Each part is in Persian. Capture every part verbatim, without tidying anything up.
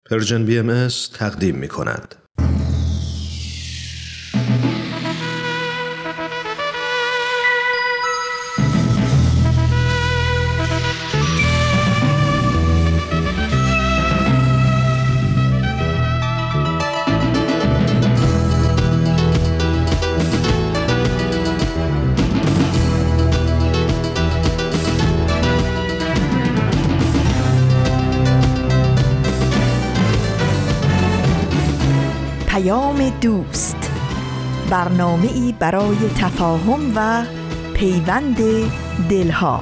پرژن بی ام اس تقدیم می کند. دوست، برنامه‌ای برای تفاهم و پیوند دلها.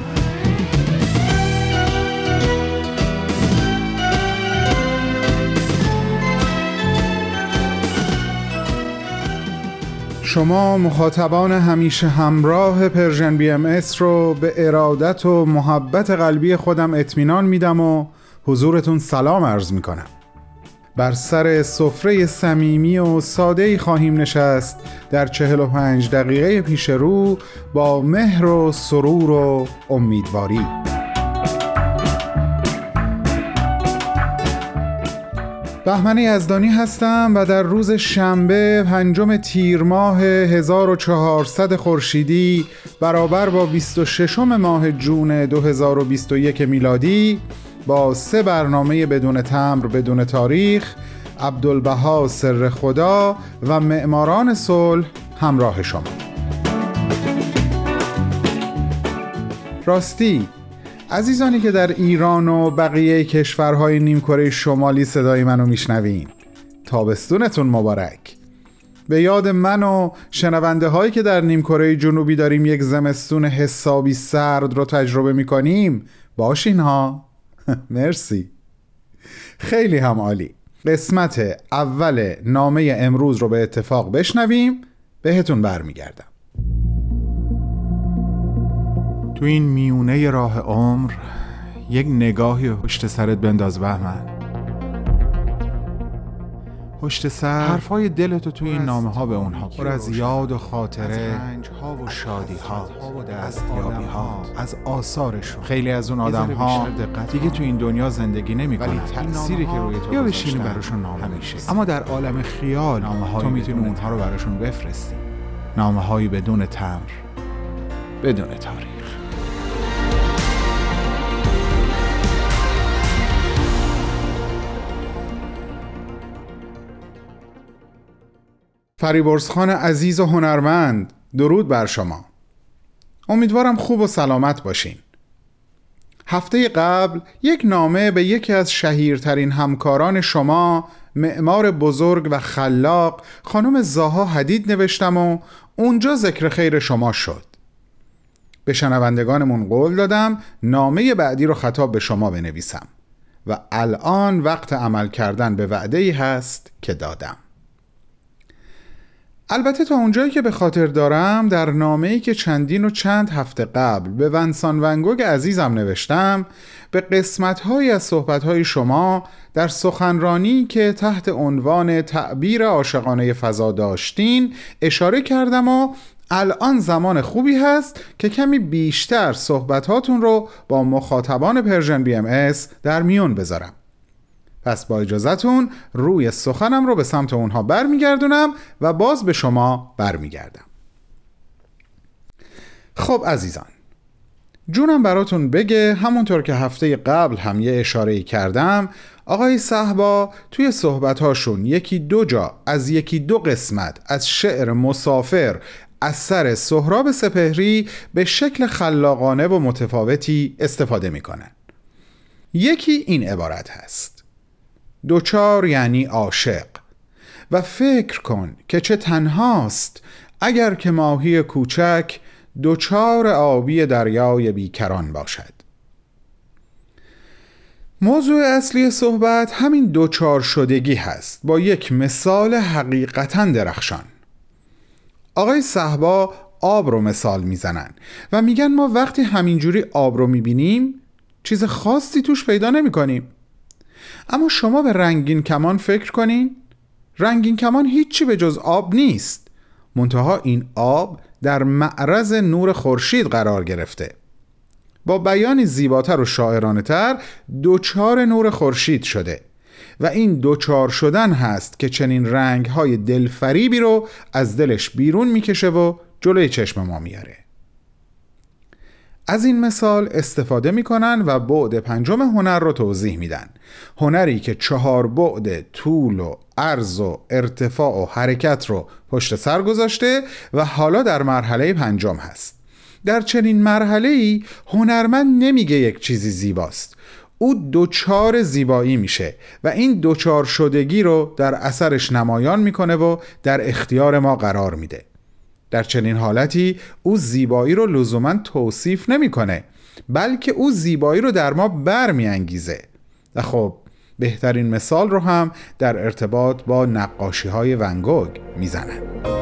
شما مخاطبان همیشه همراه پرژن بی ام اس رو به ارادت و محبت قلبی خودم اطمینان میدم و حضورتون سلام عرض میکنم. بر سر سفره صمیمی و ساده‌ای خواهیم نشست در چهل و پنج دقیقه پیش رو با مهر و سرور و امیدواری. بهمن یزدانی هستم و در روز شنبه پنجم تیر ماه هزار و چهارصد خورشیدی برابر با بیست و ششم ماه جون دو هزار و بیست و یک میلادی با سه برنامه بدون تمبر بدون تاریخ، عبدالبها سر خدا و معماران صلح همراه شما. راستی عزیزانی که در ایران و بقیه کشورهای نیمکره شمالی صدای منو میشنوین، تابستونتون مبارک. به یاد من و شنونده هایی که در نیمکره جنوبی داریم یک زمستون حسابی سرد رو تجربه میکنیم باشین ها. مرسی، خیلی هم عالی. قسمت اول نامه امروز رو به اتفاق بشنویم، بهتون برمیگردم. تو این میونه راه عمر یک نگاهی پشت سرت بنداز بهمن. پشت سر حرفای دلتو توی این نامه ها به اونها پر از یاد و خاطره، و شادی ها و دستیابی ها، از آثارشون. خیلی از اون آدم ها دیگه تو این دنیا زندگی نمی کنن، ولی تأثیری که روی تو یا بشینی براشون نامه میشه. اما در عالم خیال تو میتونی اونها رو براشون بفرستی. نامه هایی بدون تمبر بدون تاریخ. فریبرز خان عزیز و هنرمند، درود بر شما. امیدوارم خوب و سلامت باشین. هفته قبل یک نامه به یکی از شهیرترین همکاران شما، معمار بزرگ و خلاق خانم زاها حدید نوشتم و اونجا ذکر خیر شما شد. به شنوندگانمون قول دادم نامه بعدی رو خطاب به شما بنویسم و الان وقت عمل کردن به وعده‌ای هست که دادم. البته تا اونجایی که به خاطر دارم در نامه‌ای که چندین و چند هفته قبل به ونسان ونگوگ عزیزم نوشتم، به قسمت‌هایی از صحبت‌های شما در سخنرانی که تحت عنوان تعبیر عاشقانه فضا داشتین اشاره کردم و الان زمان خوبی هست که کمی بیشتر صحبتاتون رو با مخاطبان پرژن بی ام اس در میون بذارم. پس با اجازهتون روی سخنم رو به سمت اونها برمیگردونم و باز به شما برمیگردم. خب عزیزان، جونم براتون بگه، همونطور که هفته قبل هم یه اشاره‌ای کردم، آقای صحبا توی صحبتاشون یکی دو جا از یکی دو قسمت از شعر مسافر اثر سهراب سپهری به شکل خلاقانه و متفاوتی استفاده میکنن. یکی این عبارت هست: دوچار یعنی عاشق و فکر کن که چه تنهاست اگر که ماهی کوچک دوچار آبی دریای بیکران باشد. موضوع اصلی صحبت همین دوچار شدگی هست با یک مثال حقیقتاً درخشان. آقای صحبا آب رو مثال میزنن و میگن ما وقتی همینجوری آب رو میبینیم چیز خاصی توش پیدا نمی کنیم. اما شما به رنگین کمان فکر کنین. رنگین کمان هیچی به جز آب نیست، منتها این آب در معرض نور خورشید قرار گرفته. با بیانی زیباتر و شاعرانه تر دوچار نور خورشید شده و این دوچار شدن هست که چنین رنگ‌های دلفریبی رو از دلش بیرون میکشه و جلوی چشم ما میاره. از این مثال استفاده میکنن و بعد پنجم هنر رو توضیح میدن. هنری که چهار بعد طول و عرض و ارتفاع و حرکت رو پشت سر گذاشته و حالا در مرحله پنجم هست. در چنین مرحله‌ای هنرمند نمیگه یک چیزی زیباست، او دوچار زیبایی میشه و این دوچار شدگی رو در اثرش نمایان میکنه و در اختیار ما قرار میده. در چنین حالتی او زیبایی رو لزوما توصیف نمیکنه، بلکه او زیبایی رو در ما برمیانگیزه. و خب بهترین مثال رو هم در ارتباط با نقاشی های ون گوگ میزنن.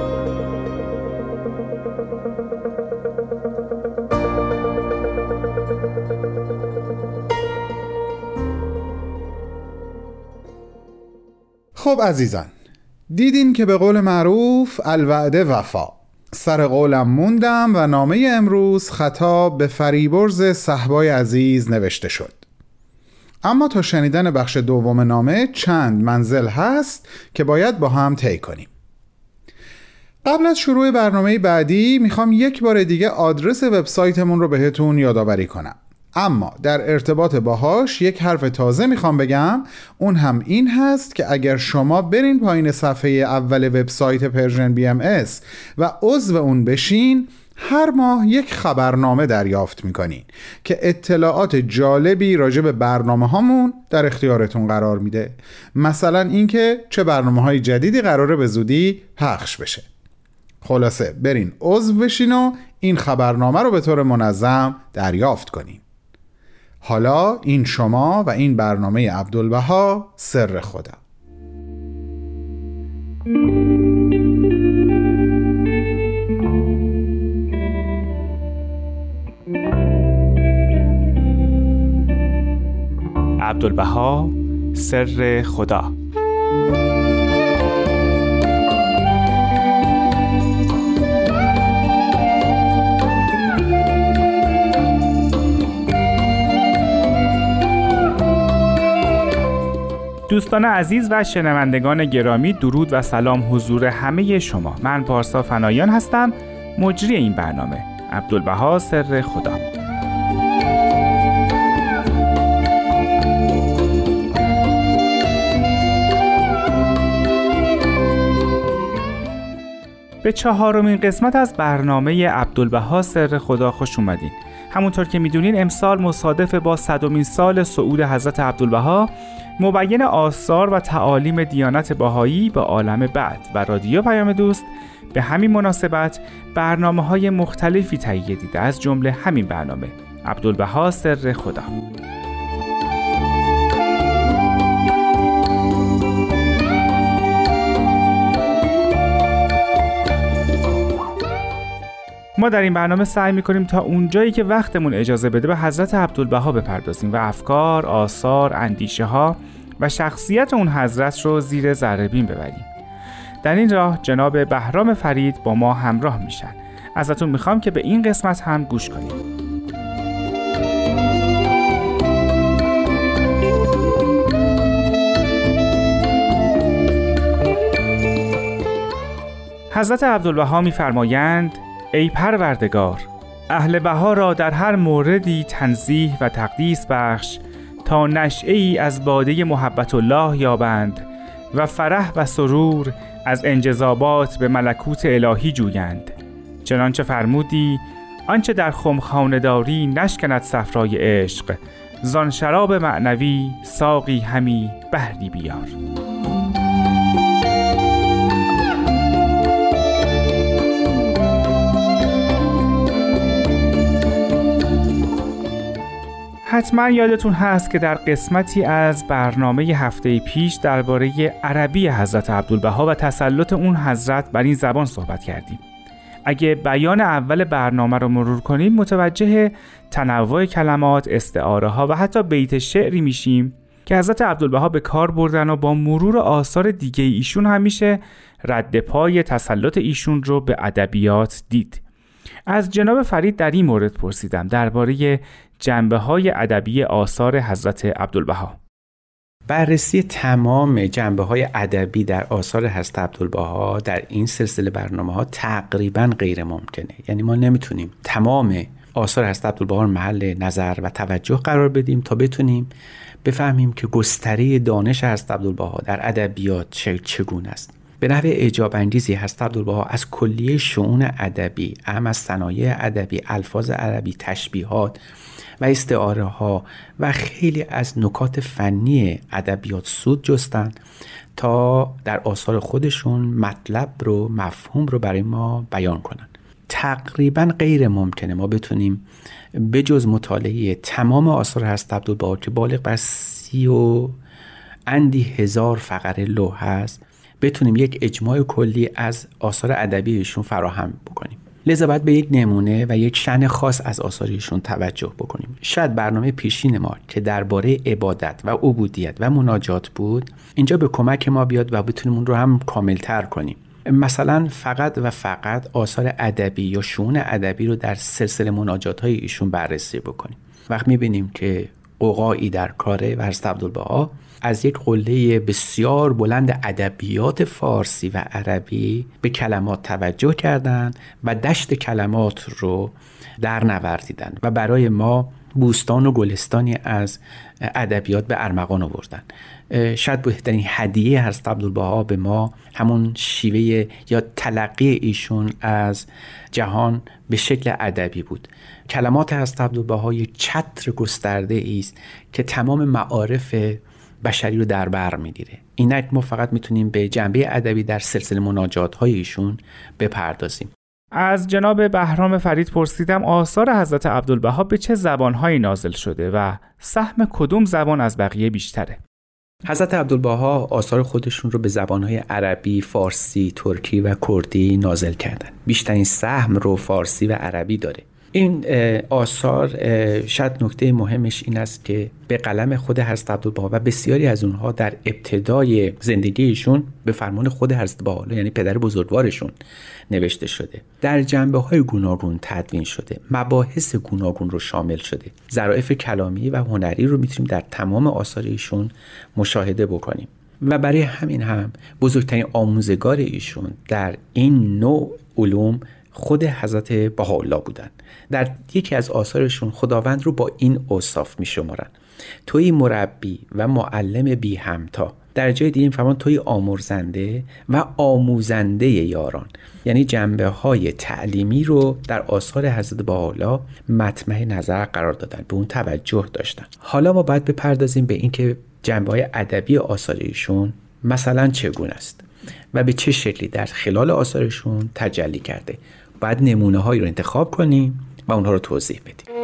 خب عزیزان، دیدین که به قول معروف الوعده وفا. سر قولم موندم و نامه امروز خطاب به فریبرز صحبای عزیز نوشته شد. اما تا شنیدن بخش دوم نامه چند منزل هست که باید با هم طی کنیم. قبل از شروع برنامه بعدی میخوام یک بار دیگه آدرس وبسایتمون رو بهتون یادآوری کنم. اما در ارتباط باهاش یک حرف تازه میخوام بگم، اون هم این هست که اگر شما برین پایین صفحه اول وبسایت پرژن بی ام اس و عضو اون بشین، هر ماه یک خبرنامه دریافت میکنین که اطلاعات جالبی راجع به برنامه هامون در اختیارتون قرار میده. مثلا اینکه چه برنامه های جدیدی قراره به زودی پخش بشه. خلاصه برین عضو بشین و این خبرنامه رو به طور منظم دریافت کنین. حالا این شما و این برنامه عبدالبها سر خدا. عبدالبها سر خدا. دوستان عزیز و شنوندگان گرامی، درود و سلام حضور همه شما. من پارسا فنایان هستم، مجری این برنامه عبدالبها سر خدا. به چهارمین قسمت از برنامه عبدالبها سر خدا خوش اومدین. همونطور که میدونین امسال مصادف با صدمین سال صعود حضرت عبدالبها، مبین آثار و تعالیم دیانت بهایی به عالم بعد و رادیو پیام دوست به همین مناسبت برنامه‌های مختلفی تهیه دیده، از جمله همین برنامه عبدالبها سر خدا. ما در این برنامه سعی می‌کنیم تا اونجایی که وقتمون اجازه بده به حضرت عبدالبها بپردازیم و افکار، آثار، اندیشه‌ها و شخصیت اون حضرت رو زیر ذره‌بین ببریم. در این راه جناب بهرام فرید با ما همراه میشن. ازتون میخوام که به این قسمت هم گوش کنیم. حضرت عبدالبها می‌فرمایند: ای پروردگار، اهل بها را در هر موردی تنزیه و تقدیس بخش تا نشعه‌ای از باده محبت الله یابند و فرح و سرور از انجذابات به ملکوت الهی جویند. چنانچه فرمودی آنچه در خمخانه داری نشکند صفرای عشق، زان شراب معنوی ساقی همی بحری بیار. حتما یادتون هست که در قسمتی از برنامه هفته پیش درباره عربی حضرت عبدالبها و تسلط اون حضرت بر این زبان صحبت کردیم. اگه بیان اول برنامه رو مرور کنیم متوجه تنوع کلمات، استعاره ها و حتی بیت شعری میشیم که حضرت عبدالبها به کار بردن و با مرور آثار دیگه ایشون همیشه رد پای تسلط ایشون رو به ادبیات دید. از جناب فرید در این مورد پرسیدم درباره جنبه‌های ادبی آثار حضرت عبدالبها. بررسی تمام جنبه‌های ادبی در آثار حضرت عبدالبها در این سلسله برنامه‌ها تقریباً غیر ممکنه. یعنی ما نمیتونیم تمام آثار حضرت عبدالبها رو محل نظر و توجه قرار بدیم تا بتونیم بفهمیم که گستره دانش حضرت عبدالبها در ادبیات چگونه است. به نحو اعجاب انگیزی حضرت عبدالبها از کلیه شؤون ادبی، اهم از صنایع ادبی، الفاظ عربی، تشبیهات و استعاره ها و خیلی از نکات فنی ادبیات سود جستن تا در آثار خودشون مطلب رو، مفهوم رو برای ما بیان کنن. تقریبا غیر ممکنه ما بتونیم به جز مطالعه تمام آثار حضرت عبدالبها که بالغ بر سی و اندی هزار فقره لوح هست بتونیم یک اجماع کلی از آثار ادبی ایشون فراهم بکنیم. لذا باید به یک نمونه و یک شأن خاص از آثار ایشون توجه بکنیم. شاید برنامه پیشین ما که درباره عبادت و عبودیت و مناجات بود اینجا به کمک ما بیاد و بتونیم اون رو هم کاملتر کنیم. مثلا فقط و فقط آثار ادبی یا شؤون ادبی رو در سلسله مناجات‌های ایشون بررسی بکنیم. وقت می‌بینیم که قوقایی در کاره و حضرت عبدالبها از یک قله بسیار بلند ادبیات فارسی و عربی به کلمات توجه کردند و دشت کلمات رو در نوردیدند و برای ما بوستان و گلستانی از ادبیات به ارمغان آوردن. شاید بهترین هدیه حضرت عبدالبها به ما همون شیوه یا تلقی ایشون از جهان به شکل ادبی بود. کلمات حضرت عبدالبها یک چتر گسترده است که تمام معارف بشری رو در بر میگیره. اینک ما فقط میتونیم به جنبه ادبی در سلسله مناجات های ایشون بپردازیم. از جناب بهرام فرید پرسیدم آثار حضرت عبدالبها به چه زبانهایی نازل شده و سهم کدوم زبان از بقیه بیشتره؟ حضرت عبدالبها آثار خودشون رو به زبانهای عربی، فارسی، ترکی و کردی نازل کردن. بیشترین سهم رو فارسی و عربی داره. این آثار شاید نکته مهمش این است که به قلم خود حضرت عبدالبها و بسیاری از اونها در ابتدای زندگیشون به فرمان خود حضرت بهاءالله یعنی پدر بزرگوارشون نوشته شده. در جنبه‌های گوناگون تدوین شده، مباحث گوناگون رو شامل شده. ظرافت کلامی و هنری رو میتونیم در تمام آثار ایشون مشاهده بکنیم. و برای همین هم بزرگترین آموزگار ایشون در این نوع علوم خود حضرت بهاءالله بودن. در یکی از آثارشون خداوند رو با این اوصاف می شمارن: توی مربی و معلم بی همتا. در جای دیگه می‌فرمان توی آمرزنده و آموزنده یاران. یعنی جنبه های تعلیمی رو در آثار حضرت بهاءالله مطمع نظر قرار دادن، به اون توجه داشتن. حالا ما باید بپردازیم به این که جنبه های ادبی آثار ایشون مثلا چگونه است و به چه شکلی در خلال آثارشون تجلی کرده. باید نمونه هایی رو انتخاب کنیم و اونها رو توضیح بدیم.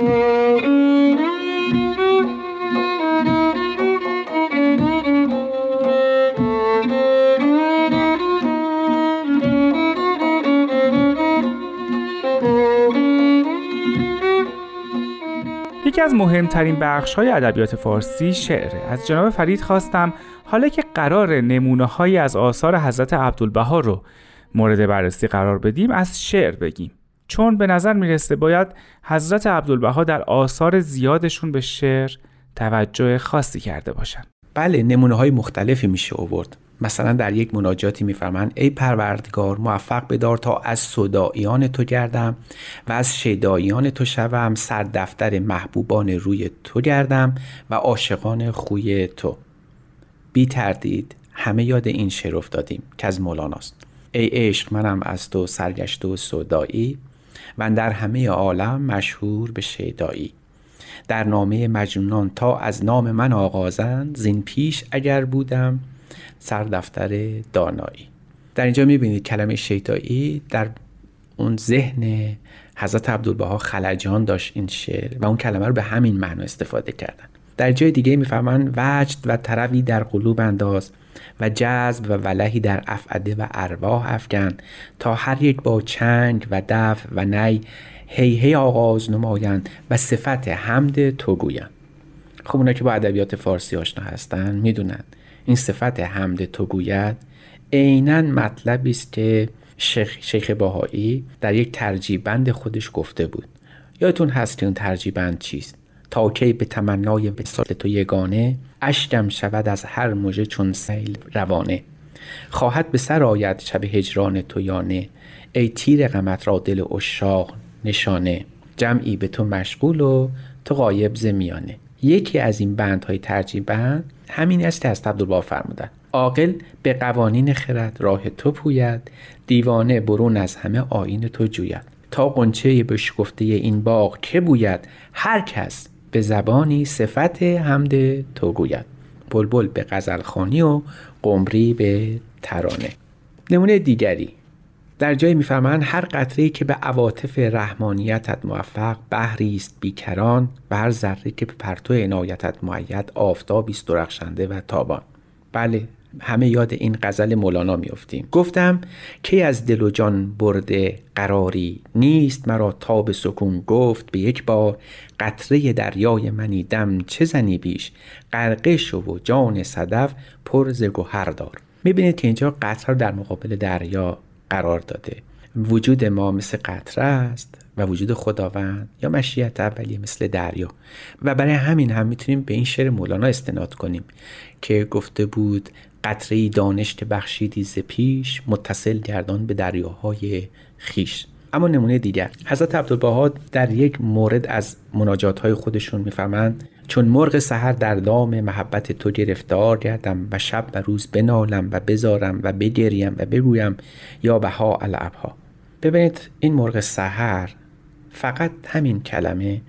یکی از مهمترین بخش‌های ادبیات فارسی شعره. از جناب فرید خواستم حالا که قرار نمونه‌هایی از آثار حضرت عبدالبها رو مورد بررسی قرار بدیم از شعر بگیم، چون به نظر میرسه باید حضرت عبدالبها در آثار زیادشون به شعر توجه خاصی کرده باشن. بله، نمونه‌های مختلفی میشه آورد. مثلا در یک مناجاتی میفرمایند ای پروردگار موفق بدار تا از سوداییان تو گردم و از شیداییان تو شوم، سر دفتر محبوبان روی تو گردم و عاشقان خوی تو. بی تردید همه یاد این شعر افتادیم که از مولاناست: ای عشق منم از تو سرگشته و سودایی و در همه عالم مشهور به شیدایی. در نامه مجنونان تا از نام من آغازند، زین پیش اگر بودم سر دفتر دانایی. در اینجا میبینید کلمه شیدایی در اون ذهن حضرت عبدالبها خلجان داشت این شعر و اون کلمه رو به همین معنی استفاده کردن. در جای دیگه میفهمن وجد و طربی در قلوب انداز و جذب و ولهی در افعده و ارواح افکن، تا هر یک با چنگ و دف و نی هی هی آغاز نمایند و صفت حمد تو گویند. خب اونا که با ادبیات فارسی آشنا هستن میدونن این صفت حمد تو گوید عیناً مطلبی است که شیخ, شیخ بهایی در یک ترجیع بند خودش گفته بود. یادتون هست که اون ترجیع بند چیست؟ تا کی به تمنای وصال تو یگانه، اشکم شود از هر مژه چون سیل روانه. خواهد به سر آید شب هجران تو یا نه، ای تیر غمت را دل عشاق نشانه. جمعی به تو مشغول و تو غایب ز میانه. یکی از این بندهای ترجیع بند همین است که از عبدالبها فرمودن: عاقل به قوانین خرد راه تو پوید، دیوانه برون از همه آیین تو جوید. تا غنچه بشکفته این باغ که بوید، هر کس به زبانی صفت حمد تو گوید. بلبل به غزل خوانی و قمری به ترانه. نمونه دیگری در جای می‌فرمایند: هر قطره‌ای که به عواطف رحمانیتت موفق، بحری است بیکران، و هر ذره‌ای که به پرتو عنایتت مؤید، آفتابی است درخشنده و تابان. بله، همه یاد این غزل مولانا میافتیم. گفتم کی از دل و جان برده قراری، نیست مرا تاب سکون گفت به یک بار. قطره دریای منی دم چه زنی بیش، غرقه شو و جان صدف پر ز گوهر دار. میبینید که اینجا قطره در مقابل دریا قرار داده. وجود ما مثل قطره است و وجود خداوند یا مشیت اولیه مثل دریا. و برای همین هم میتونیم به این شعر مولانا استناد کنیم که گفته بود: قطره‌ای دانش که بخشیدی ز پیش، متصل گردان به دریاهای خیش. اما نمونه دیگر، حضرت عبدالبها در یک مورد از مناجات‌های خودشون می‌فرمایند: چون مرغ سحر در دام محبت تو گرفتار گردم، و شب و روز بنالم و بزارم و بگریم و بگویم یا بها الابها. ببینید این مرغ سحر، فقط همین کلمه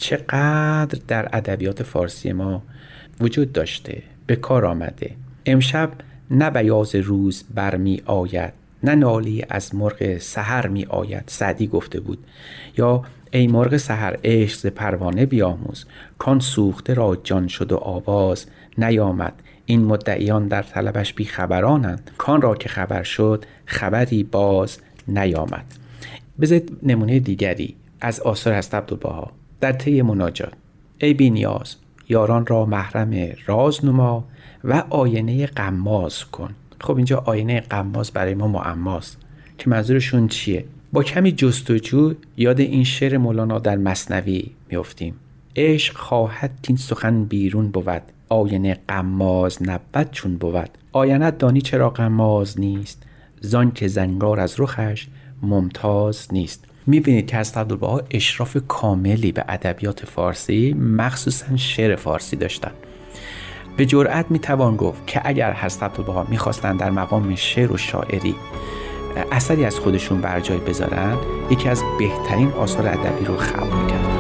چقدر در ادبیات فارسی ما وجود داشته، به کار آمده. امشب نه بیاض روز برمی آید، نه نالی از مرغ سحر می آید، سعدی گفته بود. یا ای مرغ سحر عشق ز پروانه بیاموز، کان سوخته را جان شد و آواز نیامد. این مدعیان در طلبش بی خبرانند، کان را که خبر شد خبری باز نیامد. بذارید نمونه دیگری از آثار حضرت عبدالبها در طی مناجات: ای بی نیاز یاران را محرم راز نما، و آینه غماز کن. خب اینجا آینه غماز برای ما معماست که منظورشون چیه؟ با کمی جستجو یاد این شعر مولانا در مثنوی میافتیم: عشق خواهد این سخن بیرون بود، آینه غماز نبود چون بود. آینت دانی چرا غماز نیست، زان که زنگار از رخش ممتاز نیست. میبینید که حضرت عبدالبها اشراف کاملی به ادبیات فارسی، مخصوصا شعر فارسی داشتن. به جرئت میتوان گفت که اگر حضرت عبدالبها میخواستن در مقام شعر و شاعری اثری از خودشون بر جای بذارن، یکی از بهترین آثار ادبی رو خلق میکردن.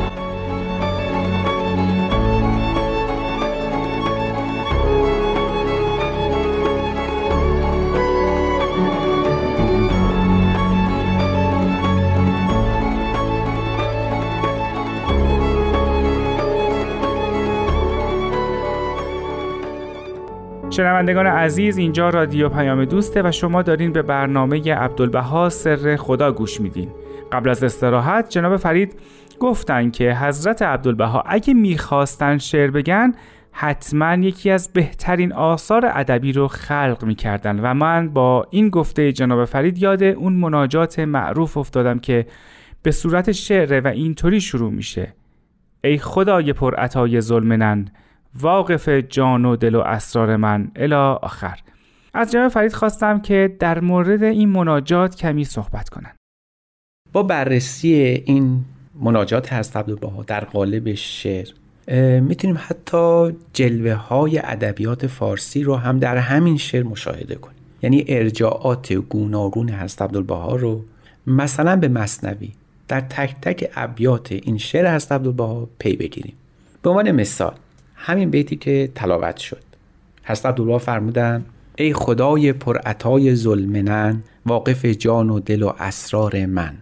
شنوندگان عزیز، اینجا رادیو پیام دوسته و شما دارین به برنامه عبدالبها سر خدا گوش میدین. قبل از استراحت جناب فرید گفتن که حضرت عبدالبها اگه میخواستن شعر بگن، حتما یکی از بهترین آثار ادبی رو خلق میکردن و من با این گفته جناب فرید یاد اون مناجات معروف افتادم که به صورت شعر و اینطوری شروع میشه: ای خدای پر عطای ظلمنن، واقف جان و دل و اسرار من الی آخر. از جناب فرید خواستم که در مورد این مناجات کمی صحبت کنن. با بررسی این مناجات حضرت عبدالبها در قالب شعر میتونیم حتی جلوه های ادبیات فارسی رو هم در همین شعر مشاهده کنیم. یعنی ارجاعات گوناگون حضرت عبدالبها رو مثلا به مثنوی در تک تک ابیات این شعر حضرت عبدالبها پی بگیریم. به عنوان مثال همین بیتی که تلاوت شد، حضرت عبدالبها فرمودن: ای خدای پر عطای ذوالمنن، واقف جان و دل و اسرار من.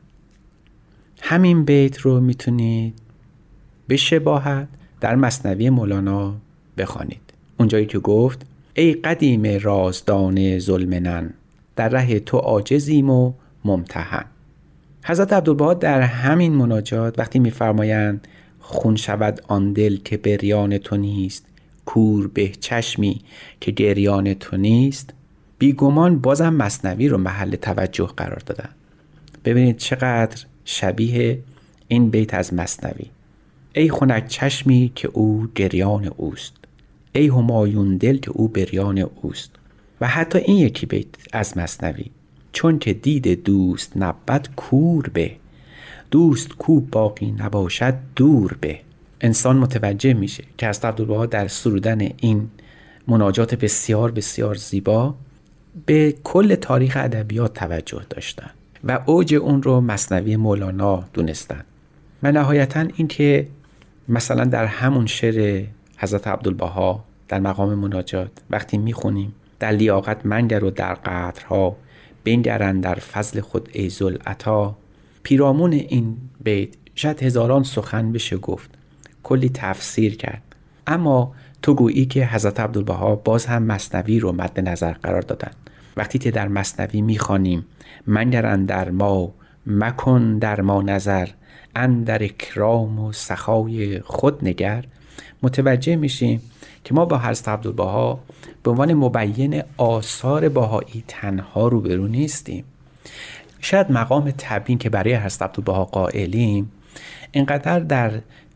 همین بیت رو میتونید به شباهت در مثنوی مولانا بخوانید. اونجایی که گفت: ای قدیم رازدان ذوالمنن، در ره تو عاجزیم و ممتحن. حضرت عبدالبها در همین مناجات وقتی میفرمایند خون شود آن دل که بریان تو نیست، کور به چشمی که گریان تو نیست، بیگمان بازم مثنوی رو محل توجه قرار دادن. ببینید چقدر شبیه این بیت از مثنوی. ای خنک چشمی که او گریان اوست، ای همایون دل که او بریان اوست. و حتی این یکی بیت از مثنوی: چون که دید دوست نبود کور به، دوست کو باقی نباشد دور به. انسان متوجه میشه که حضرت عبدالبها در سرودن این مناجات بسیار بسیار زیبا به کل تاریخ ادبیات توجه داشتن و اوج اون رو مثنوی مولانا دونستن. و نهایتاً این که مثلا در همون شعر حضرت عبدالبها در مقام مناجات وقتی میخونیم: در لیاقت منگر و در قدرها، بنگرن در فضل خود ای ذوالعطا. پیرامون این بیت شاید هزاران سخن بشه گفت، کلی تفسیر کرد، اما تو گویی که حضرت عبدالبها باز هم مثنوی رو مد نظر قرار دادن. وقتی که در مثنوی میخوانیم: منگر اندر ما مکن در ما نظر، اندر اکرام و سخای خود نگر، متوجه میشیم که ما با حضرت عبدالبها به عنوان مبین آثار بهایی تنها روبرو نیستیم. شاید مقام تبیین که برای حضرت عبدالبها قائلیم اینقدر در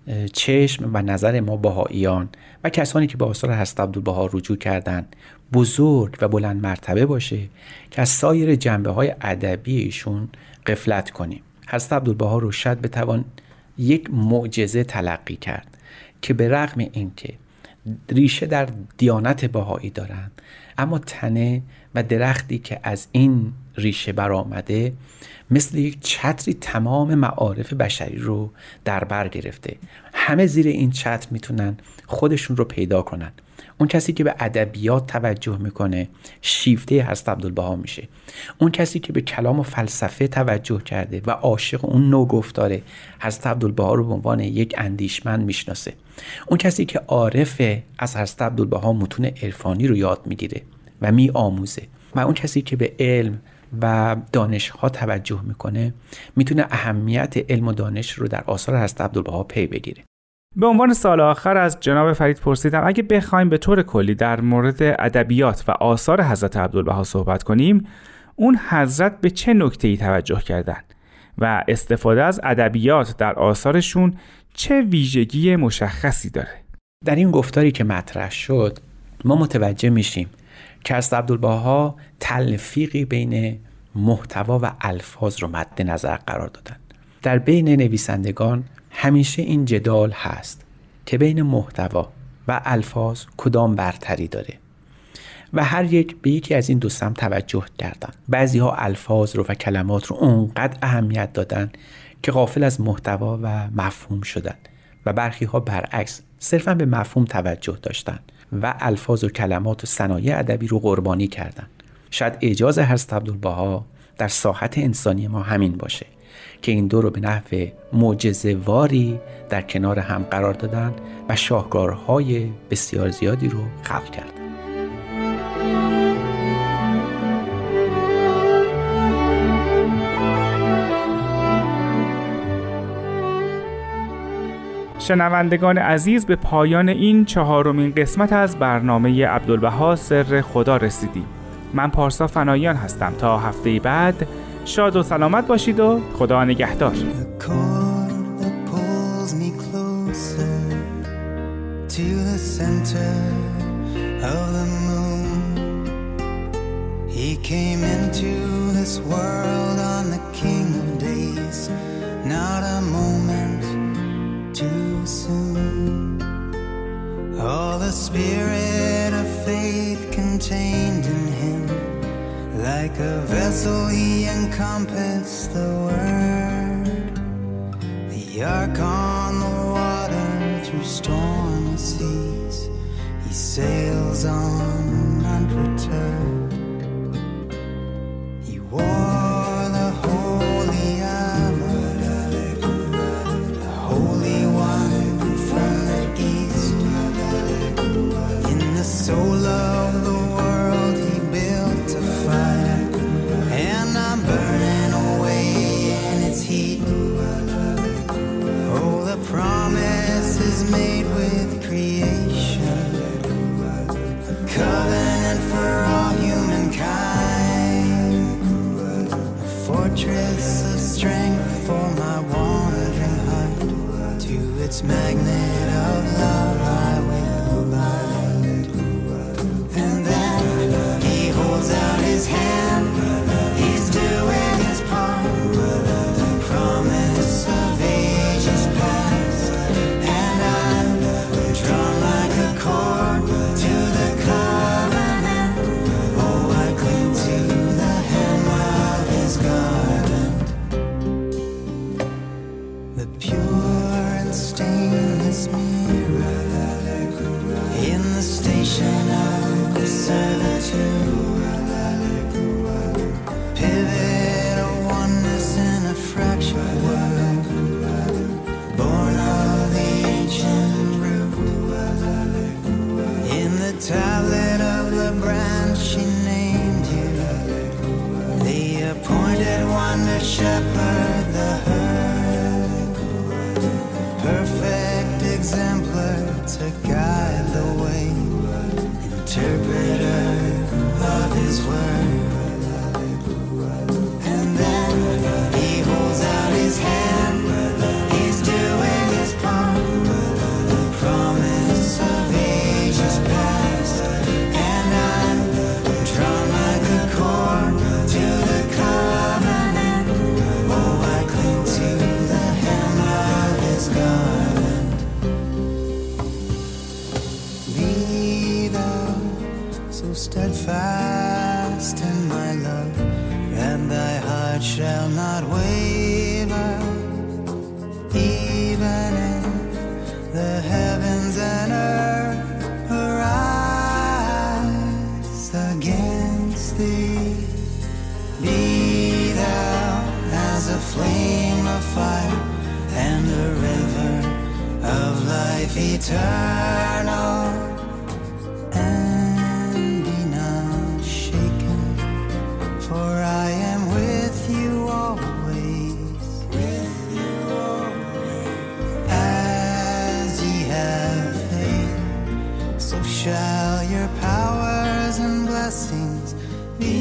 چشم و نظر ما بهاییان و کسانی که به آثار حضرت عبدالبها رجوع کردن بزرگ و بلند مرتبه باشه که از سایر جنبه های ادبی ایشون غفلت کنیم. حضرت عبدالبها رو شاید بتوان یک معجزه تلقی کرد که به رغم اینکه ریشه در دیانت بهایی دارند، اما تنه و درختی که از این ریشه برآمده مثل یک چتری تمام معارف بشری رو در بر گرفته. همه زیر این چتر میتونن خودشون رو پیدا کنن. اون کسی که به ادبیات توجه میکنه شیفته حضرت عبدالبها میشه. اون کسی که به کلام و فلسفه توجه کرده و عاشق اون نوع گفتاره حضرت عبدالبها رو به عنوان یک اندیشمند میشناسه. اون کسی که عارفه از حضرت عبدالبها متون عرفانی رو یاد میگیره و میآموزه. و اون کسی که به علم و دانش ها توجه میکنه میتونه اهمیت علم و دانش رو در آثار حضرت عبدالبها پی بگیره. به عنوان سوال آخر از جناب فرید پرسیدم اگه بخوایم به طور کلی در مورد ادبیات و آثار حضرت عبدالبها صحبت کنیم، اون حضرت به چه نکته‌ای توجه کردن و استفاده از ادبیات در آثارشون چه ویژگی مشخصی داره؟ در این گفتاری که مطرح شد ما متوجه میشیم که حضرت عبدالبها تلفیقی بین محتوا و الفاظ رو مد نظر قرار دادن. در بین نویسندگان همیشه این جدال هست که بین محتوا و الفاظ کدام برتری داره و هر یک به یکی از این دو سمت توجه کردن. بعضی ها الفاظ رو و کلمات رو اونقدر اهمیت دادن که غافل از محتوا و مفهوم شدن و برخی ها برعکس صرفا به مفهوم توجه داشتن و الفاظ و کلمات و صنایع ادبی رو قربانی کردن. شاید اعجاز حضرت عبدالبها در ساحت انسانی ما همین باشه که این دو رو به نحو معجزه‌واری در کنار هم قرار دادن و شاهکارهای بسیار زیادی رو خلق کردن. شنوندگان عزیز، به پایان این چهارمین قسمت از برنامه عبدالبها سر خدا رسیدیم. من پارسا فنایان هستم. تا هفته بعد شاد و سلامت باشید و خدا نگهدار. All the spirit of faith contained in him, like a vessel he encompassed the word. The ark on the water through stormy seas, he sails on unperturbed. He wore the holy armor, the holy one from the east. In the soul of the world he built a fire, and I'm burning away in its heat. Oh, the promise is made with creation, a covenant for under shepherd the herd, perfect exemplar to guide the way, interpreter of his word. And then he holds out his hand, he's doing his part, the promise of ages past. And I'm drawn like a cord to the covenant. Oh, I cling to the hem of his garment. Be thou so steadfast in my love, and thy heart shall not waver, even if the heavens and earth arise against thee. Be thou as a flame of fire and a river of life eternal, and be not shaken, for I am with you always. With you always. As ye have faith, so shall your powers and blessings be.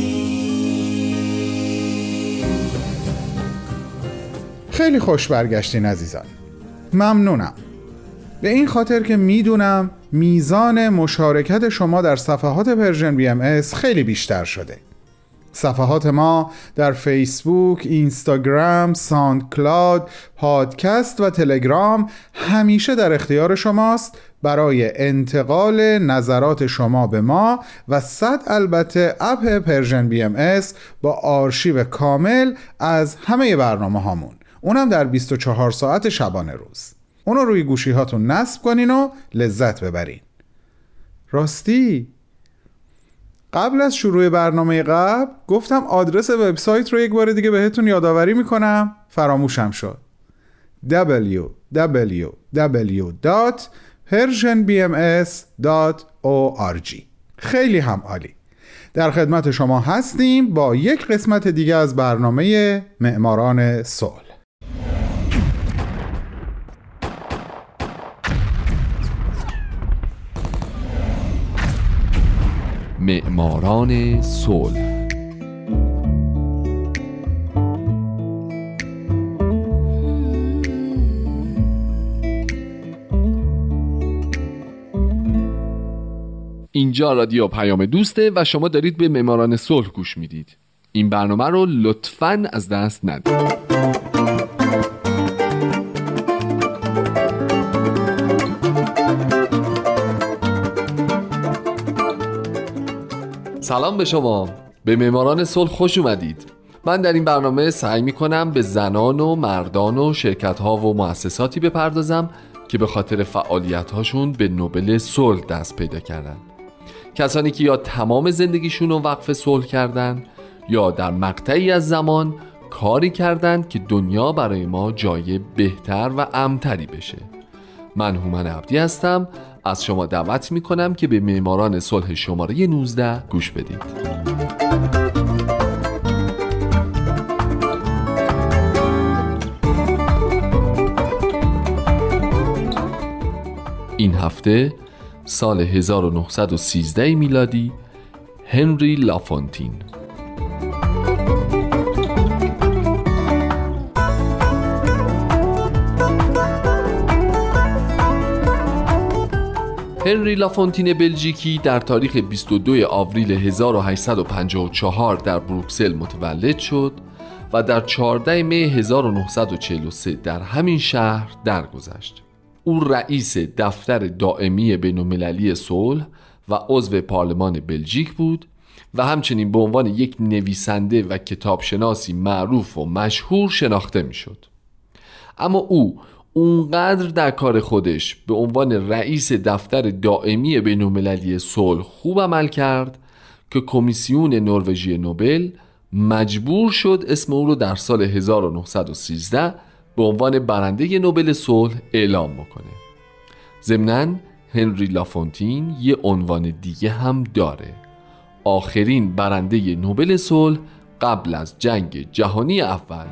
خیلی خوش برگشتین عزیزان. ممنونم. به این خاطر که میدونم میزان مشارکت شما در صفحات پرژن بی ام اس خیلی بیشتر شده. صفحات ما در فیسبوک، اینستاگرام، ساوند کلاود، پادکست و تلگرام همیشه در اختیار شماست برای انتقال نظرات شما به ما و صد البته اپ پرژن بی ام اس با آرشیو کامل از همه برنامه هامون، اونم در بیست و چهار ساعت شبانه روز. اونو روی گوشی هاتون نصب کنین و لذت ببرین. راستی قبل از شروع برنامه قبل گفتم آدرس وبسایت رو یک بار دیگه بهتون یادآوری میکنم، فراموشم شد. دبلیو دبلیو دبلیو دات پرژن بی ام اس دات او آر جی. خیلی هم عالی. در خدمت شما هستیم با یک قسمت دیگه از برنامه معماران صلح. معماران صلح. اینجا رادیو پیام دوسته و شما دارید به معماران صلح گوش میدید. این برنامه رو لطفاً از دست ندید. سلام به شما، به معماران صلح خوش اومدید. من در این برنامه سعی میکنم به زنان و مردان و شرکت‌ها و مؤسساتی بپردازم که به خاطر فعالیت‌هاشون به نوبل صلح دست پیدا کردن. کسانی که یا تمام زندگیشون رو وقف صلح کردن یا در مقطعی از زمان کاری کردن که دنیا برای ما جای بهتر و امن‌تری بشه. من هومن عبدی هستم. از شما دعوت میکنم که به معماران صلح شماره نوزده گوش بدید. این هفته سال هزار و نهصد و سیزده میلادی، هنری لافونتین. هنری لافونتین بلژیکی در تاریخ بیست و دوم آوریل هزار و هشتصد و پنجاه و چهار در بروکسل متولد شد و در چهاردهم می هزار و نهصد و چهل و سه در همین شهر درگذشت. او رئیس دفتر دائمی بین‌المللی صلح و عضو پارلمان بلژیک بود و همچنین به عنوان یک نویسنده و کتابشناسی معروف و مشهور شناخته میشد. اما او اونقدر در کار خودش به عنوان رئیس دفتر دائمی بین‌المللی صلح خوب عمل کرد که کمیسیون نروژی نوبل مجبور شد اسم او رو در سال هزار و نهصد و سیزده به عنوان برنده نوبل صلح اعلام بکنه. ضمناً هنری لافونتین یه عنوان دیگه هم داره، آخرین برنده نوبل صلح قبل از جنگ جهانی اول.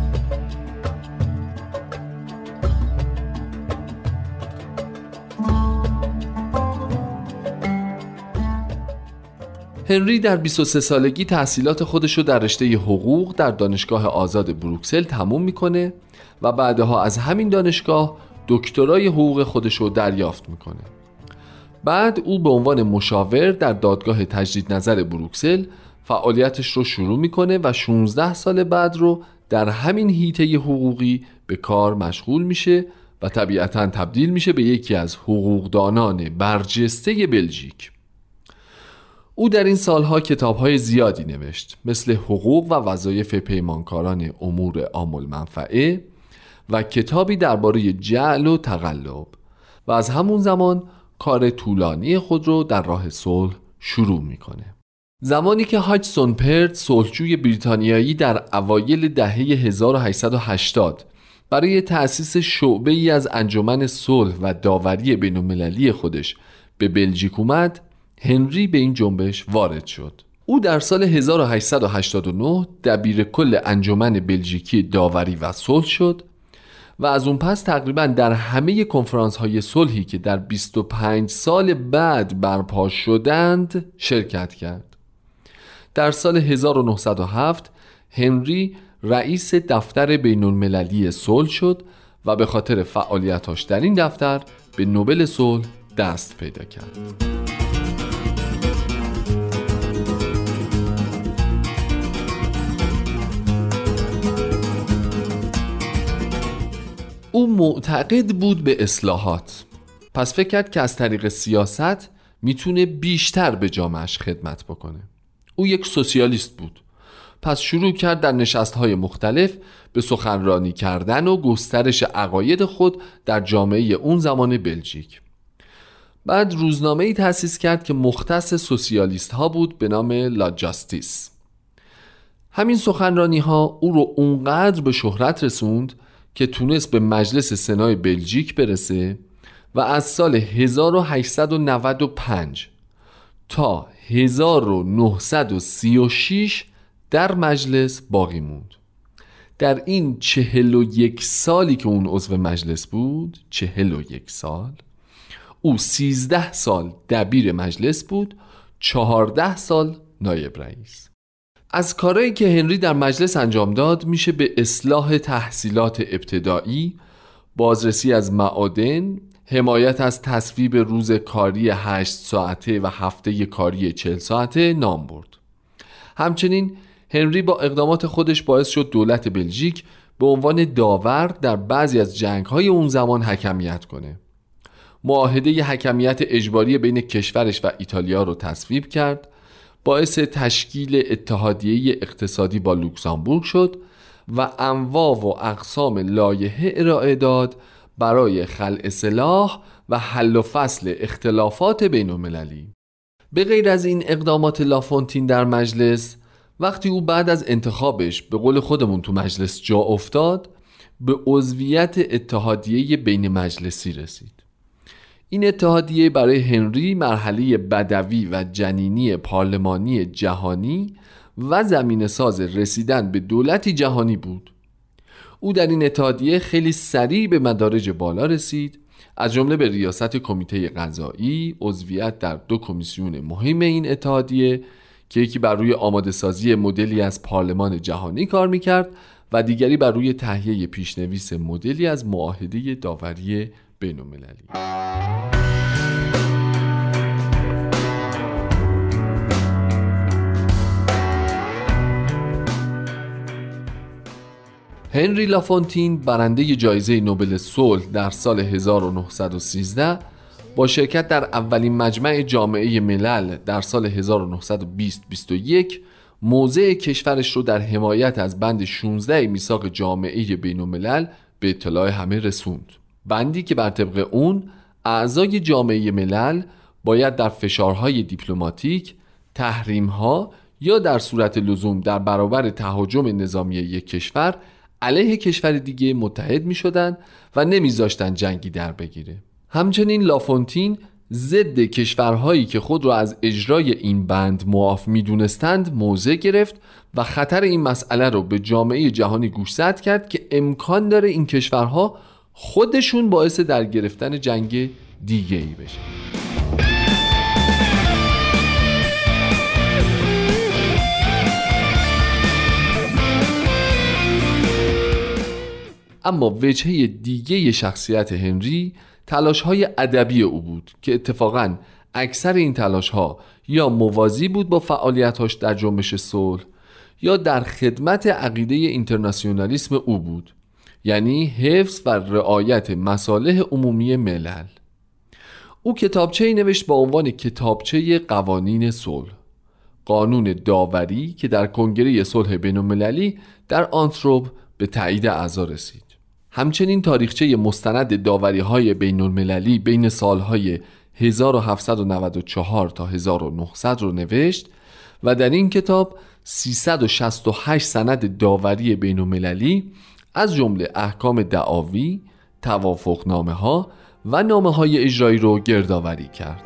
هنری در بیست و سه سالگی تحصیلات خودش رو در رشته حقوق در دانشگاه آزاد بروکسل تموم میکنه و بعدها از همین دانشگاه دکترای حقوق خودش رو دریافت میکنه. بعد او به عنوان مشاور در دادگاه تجدید نظر بروکسل فعالیتش رو شروع میکنه و شانزده سال بعد رو در همین حیطه حقوقی به کار مشغول میشه و طبیعتاً تبدیل میشه به یکی از حقوقدانان برجسته بلژیک. او در این سالها کتاب‌های زیادی نوشت، مثل حقوق و وظایف پیمانکاران امور عام المنفعه و کتابی درباره جعل و تقلب، و از همون زمان کار طولانی خود رو در راه صلح شروع میکنه. زمانی که هاجسون پرد، صلحجوی بریتانیایی، در اوایل دهه هزار و هشتصد و هشتاد برای تأسیس شعبه‌ای از انجمن صلح و داوری بین‌المللی خودش به بلژیک اومد، هنری به این جنبش وارد شد. او در سال هزار و هشتصد و هشتاد و نه دبیر کل انجمن بلژیکی داوری و صلح شد و از اون پس تقریبا در همه کنفرانس های صلحی که در بیست و پنج سال بعد برپا شدند شرکت کرد. در سال هزار و نهصد و هفت هنری رئیس دفتر بین‌المللی صلح شد و به خاطر فعالیتاش در این دفتر به نوبل صلح دست پیدا کرد. او معتقد بود به اصلاحات، پس فکر کرد که از طریق سیاست میتونه بیشتر به جامعهش خدمت بکنه. او یک سوسیالیست بود، پس شروع کرد در نشست‌های مختلف به سخنرانی کردن و گسترش عقاید خود در جامعه اون زمان بلژیک. بعد روزنامه‌ای تأسیس کرد که مختص سوسیالیست‌ها بود به نام لا جاستیس. همین سخنرانی‌ها او رو اونقدر به شهرت رسوند که تونست به مجلس سنای بلژیک برسه و از سال هزار و هشتصد و نود و پنج تا هزار و نهصد و سی و شش در مجلس باقی موند. در این چهل و یک سالی که اون عضو مجلس بود، چهل و یک سال، او سیزده سال دبیر مجلس بود، چهارده سال نایب رئیس. از کارهایی که هنری در مجلس انجام داد میشه به اصلاح تحصیلات ابتدایی، بازرسی از معادن، حمایت از تصویب روز کاری هشت ساعته و هفته کاری چهل ساعته نام برد. همچنین هنری با اقدامات خودش باعث شد دولت بلژیک به عنوان داور در بعضی از جنگ‌های اون زمان حکمیت کنه. معاهده حکمیت اجباری بین کشورش و ایتالیا رو تصویب کرد، باعث تشکیل اتحادیه اقتصادی با لوکزامبورگ شد و انواع و اقسام لایحه ارائه داد برای خلع اصلاح و حل و فصل اختلافات بین‌المللی. به غیر از این اقدامات لافونتین در مجلس، وقتی او بعد از انتخابش به قول خودمون تو مجلس جا افتاد، به عضویت اتحادیه بین مجلسی رسید. این اتحادیه برای هنری مرحله بدوی و جنینی پارلمانی جهانی و زمینه ساز رسیدن به دولتی جهانی بود. او در این اتحادیه خیلی سریع به مدارج بالا رسید، از جمله به ریاست کمیته قضایی، عضویت در دو کمیسیون مهم این اتحادیه که یکی بر روی آماده سازی مدلی از پارلمان جهانی کار میکرد و دیگری بر روی تهیه پیشنویس مدلی از معاهده داوری بین‌المللی. هنری لافونتین، برنده جایزه نوبل صلح در سال هزار و نهصد و سیزده، با شرکت در اولین مجمع جامعه ملل در سال هزار و نهصد و بیست بیست و یک موضع کشورش رو در حمایت از بند شانزده میثاق جامعه بین‌الملل به اطلاع همه رسوند. بندی که بر طبق اون اعضای جامعه ملل باید در فشارهای دیپلماتیک، تحریم‌ها یا در صورت لزوم در برابر تهاجم نظامی یک کشور علیه کشور دیگه متحد می شدن و نمی زاشتن جنگی در بگیره. همچنین لافونتین ضد کشورهایی که خود را از اجرای این بند معاف می‌دونستند موضع گرفت و خطر این مسئله رو به جامعه جهانی گوشزد کرد که امکان داره این کشورها خودشون باعث در گرفتن جنگ دیگه‌ای بشه. اما وجهه دیگه شخصیت هنری تلاش‌های ادبی او بود که اتفاقاً اکثر این تلاش‌ها یا موازی بود با فعالیت‌هاش در جنبش صلح یا در خدمت عقیده اینترناسیونالیسم او بود، یعنی حفظ و رعایت مصالح عمومی ملل. او کتابچه‌ای نوشت با عنوان کتابچه قوانین صلح، قانون داوری که در کنگره صلح بین‌المللی در آنتورپ به تایید اعضا رسید. همچنین تاریخچه مستند داوری‌های بین‌المللی بین سالهای هزار و هفتصد و نود و چهار تا هزار و نهصد رو نوشت و در این کتاب سیصد و شصت و هشت سند داوری بین‌المللی از جمله احکام دعاوی، توافقنامه‌ها و نامه‌های اجرایی رو گردآوری کرد.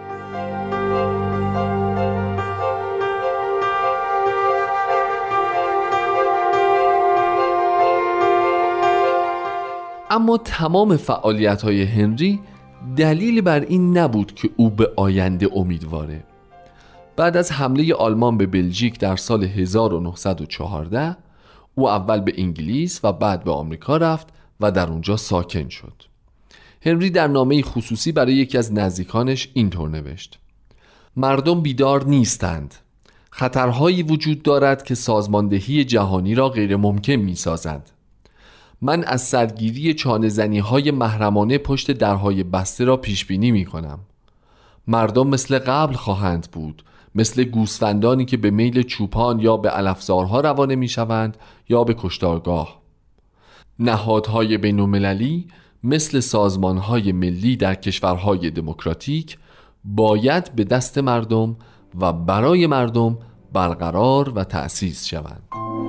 اما تمام فعالیت‌های هنری دلیل بر این نبود که او به آینده امیدواره. بعد از حمله آلمان به بلژیک در سال هزار و نهصد و چهارده او اول به انگلیس و بعد به آمریکا رفت و در اونجا ساکن شد. هنری در نامه‌ای خصوصی برای یکی از نزدیکانش اینطور نوشت: مردم بیدار نیستند. خطرهایی وجود دارد که سازماندهی جهانی را غیر ممکن می‌سازد. من از سرگیری چانه‌زنی‌های محرمانه پشت درهای بسته را پیش بینی می‌کنم. مردم مثل قبل خواهند بود، مثل گوسفندانی که به میل چوپان یا به علفزارها روانه می‌شوند یا به کشتارگاه. نهادهای بین‌المللی مثل سازمان‌های ملی در کشورهای دموکراتیک باید به دست مردم و برای مردم برقرار و تأسیس شوند.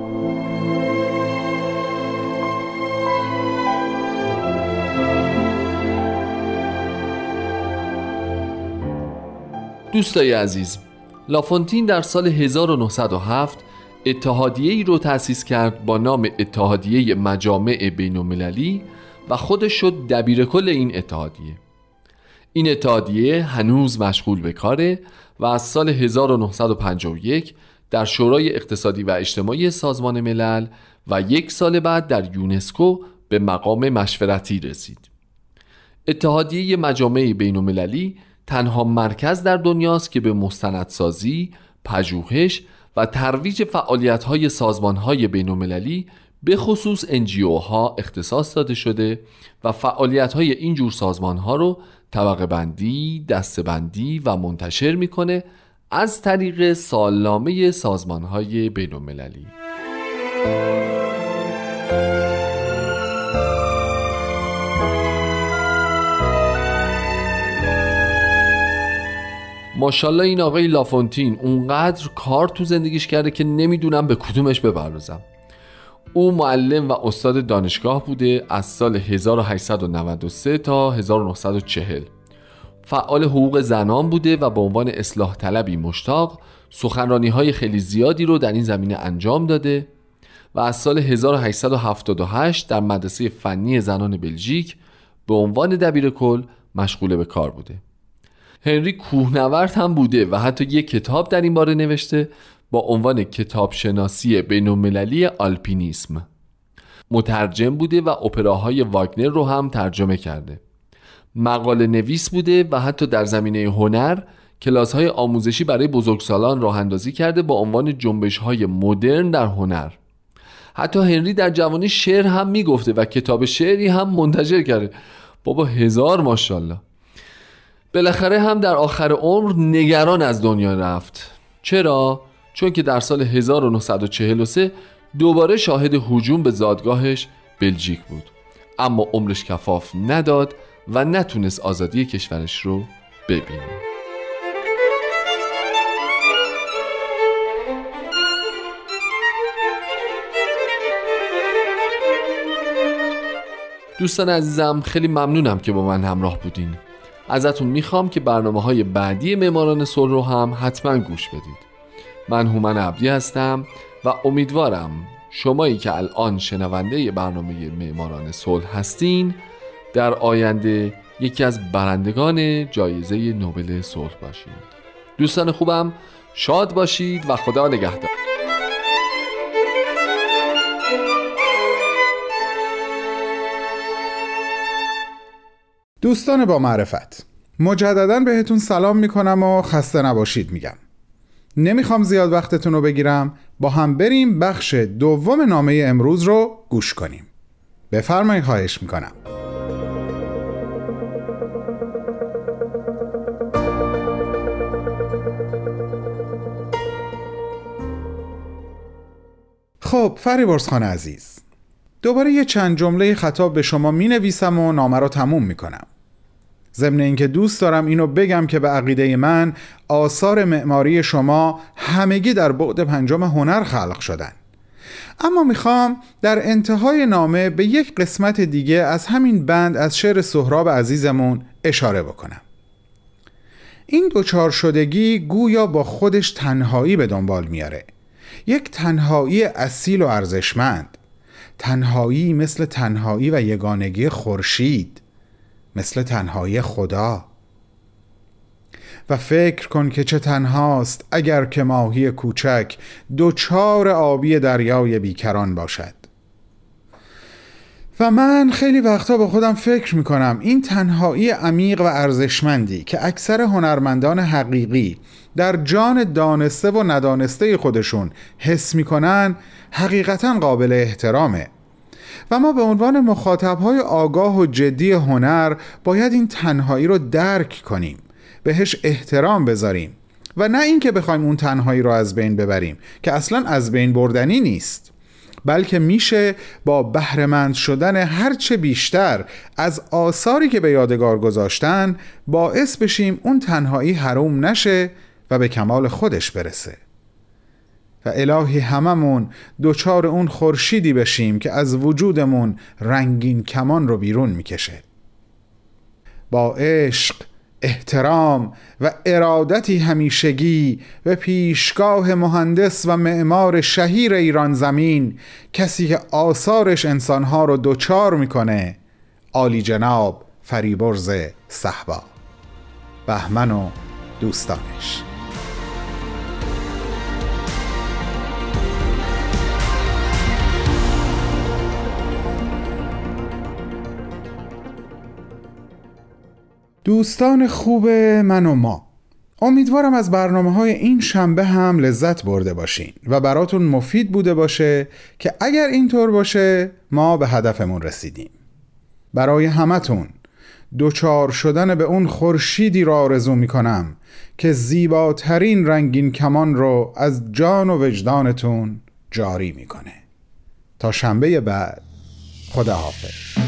دوستای عزیز، لافونتین در سال هزار و نهصد و هفت اتحادیه‌ای رو تأسیس کرد با نام اتحادیه مجامع بین‌المللی و خودش شد دبیرکل این اتحادیه. این اتحادیه هنوز مشغول به کاره و از سال هزار و نهصد و پنجاه و یک در شورای اقتصادی و اجتماعی سازمان ملل و یک سال بعد در یونسکو به مقام مشورتی رسید. اتحادیه مجامع بین‌المللی تنها مرکز در دنیاست که به مستندسازی، پژوهش و ترویج فعالیت‌های سازمان‌های بین‌المللی به خصوص ان جی او ها اختصاص داده شده و فعالیت‌های این جور سازمان‌ها رو طبقه بندی، دسته بندی و منتشر می‌کنه از طریق سالنامه سازمان‌های بین‌المللی. ماشاءالله این آقای لافونتین اونقدر کار تو زندگیش کرده که نمیدونم به کدومش بپردازم. او معلم و استاد دانشگاه بوده از سال هزار و هشتصد و نود و سه تا هزار و نهصد و چهل. فعال حقوق زنان بوده و به عنوان اصلاح طلبی مشتاق سخنرانی‌های خیلی زیادی رو در این زمینه انجام داده و از سال هزار و هشتصد و هفتاد و هشت در مدرسه فنی زنان بلژیک به عنوان دبیرکل مشغول به کار بوده. هنری کوهنورد هم بوده و حتی یک کتاب در این باره نوشته با عنوان کتابشناسی بین‌المللی آلپینیسم. مترجم بوده و اپراهای واگنر رو هم ترجمه کرده. مقاله نویس بوده و حتی در زمینه هنر کلاس‌های آموزشی برای بزرگسالان راه اندازی کرده با عنوان جنبش‌های مدرن در هنر. حتی هنری در جوانی شعر هم میگفته و کتاب شعری هم منتشر کرده. بابا هزار ماشاءالله. بالاخره هم در آخر عمر نگران از دنیا رفت. چرا؟ چون که در سال هزار و نهصد و چهل و سه دوباره شاهد هجوم به زادگاهش بلژیک بود، اما عمرش کفاف نداد و نتونست آزادی کشورش رو ببینه. دوستان عزیزم، خیلی ممنونم که با من همراه بودین. ازتون میخوام که برنامه‌های بعدی معماران صلح رو هم حتما گوش بدید. من هومن عبدی هستم و امیدوارم شمایی که الان شنونده برنامه معماران صلح هستین در آینده یکی از برندگان جایزه نوبل صلح باشید. دوستان خوبم، شاد باشید و خدا نگهدار. دوستان با معرفت، مجددا بهتون سلام میکنم و خسته نباشید میگم. نمیخوام زیاد وقتتون رو بگیرم، با هم بریم بخش دوم نامه امروز رو گوش کنیم. بفرمایید، خواهش میکنم. خب فریبرز خان عزیز، دوباره یه چند جمله خطاب به شما می نویسم و نامه رو تموم می کنم. ضمن اینکه دوست دارم اینو بگم که به عقیده من آثار معماری شما همگی در بعد پنجم هنر خلق شدن. اما میخوام در انتهای نامه به یک قسمت دیگه از همین بند از شعر سهراب عزیزمون اشاره بکنم. این دوچار شدگی گویا با خودش تنهایی به دنبال میاره، یک تنهایی اصیل و ارزشمند، تنهایی مثل تنهایی و یگانگی خورشید، مثل تنهایی خدا. و فکر کن که چه تنهاست اگر که ماهی کوچک دوچار آبی دریای بیکران باشد. و من خیلی وقتا با خودم فکر میکنم این تنهایی عمیق و ارزشمندی که اکثر هنرمندان حقیقی در جان دانسته و ندانسته خودشون حس میکنن حقیقتا قابل احترامه و ما به عنوان مخاطبهای آگاه و جدی هنر باید این تنهایی رو درک کنیم، بهش احترام بذاریم و نه اینکه بخوایم اون تنهایی رو از بین ببریم که اصلا از بین بردنی نیست، بلکه میشه با بهره‌مند شدن هرچه بیشتر از آثاری که به یادگار گذاشتن باعث بشیم اون تنهایی حروم نشه و به کمال خودش برسه. و الهی هممون دوچار اون خورشیدی بشیم که از وجودمون رنگین کمان رو بیرون میکشه. با عشق، احترام و ارادتی همیشگی و پیشگاه مهندس و معمار شهیر ایران زمین، کسی که آثارش انسانها رو دوچار میکنه، عالی جناب فریبرز صهبا. بهمن و دوستانش. دوستان خوب من و ما، امیدوارم از برنامه‌های این شنبه هم لذت برده باشین و براتون مفید بوده باشه که اگر اینطور باشه ما به هدفمون رسیدیم. برای همتون دوچار شدن به اون خورشیدی را آرزو میکنم که زیباترین رنگین کمان رو از جان و وجدانتون جاری میکنه. تا شنبه بعد، خداحافظ.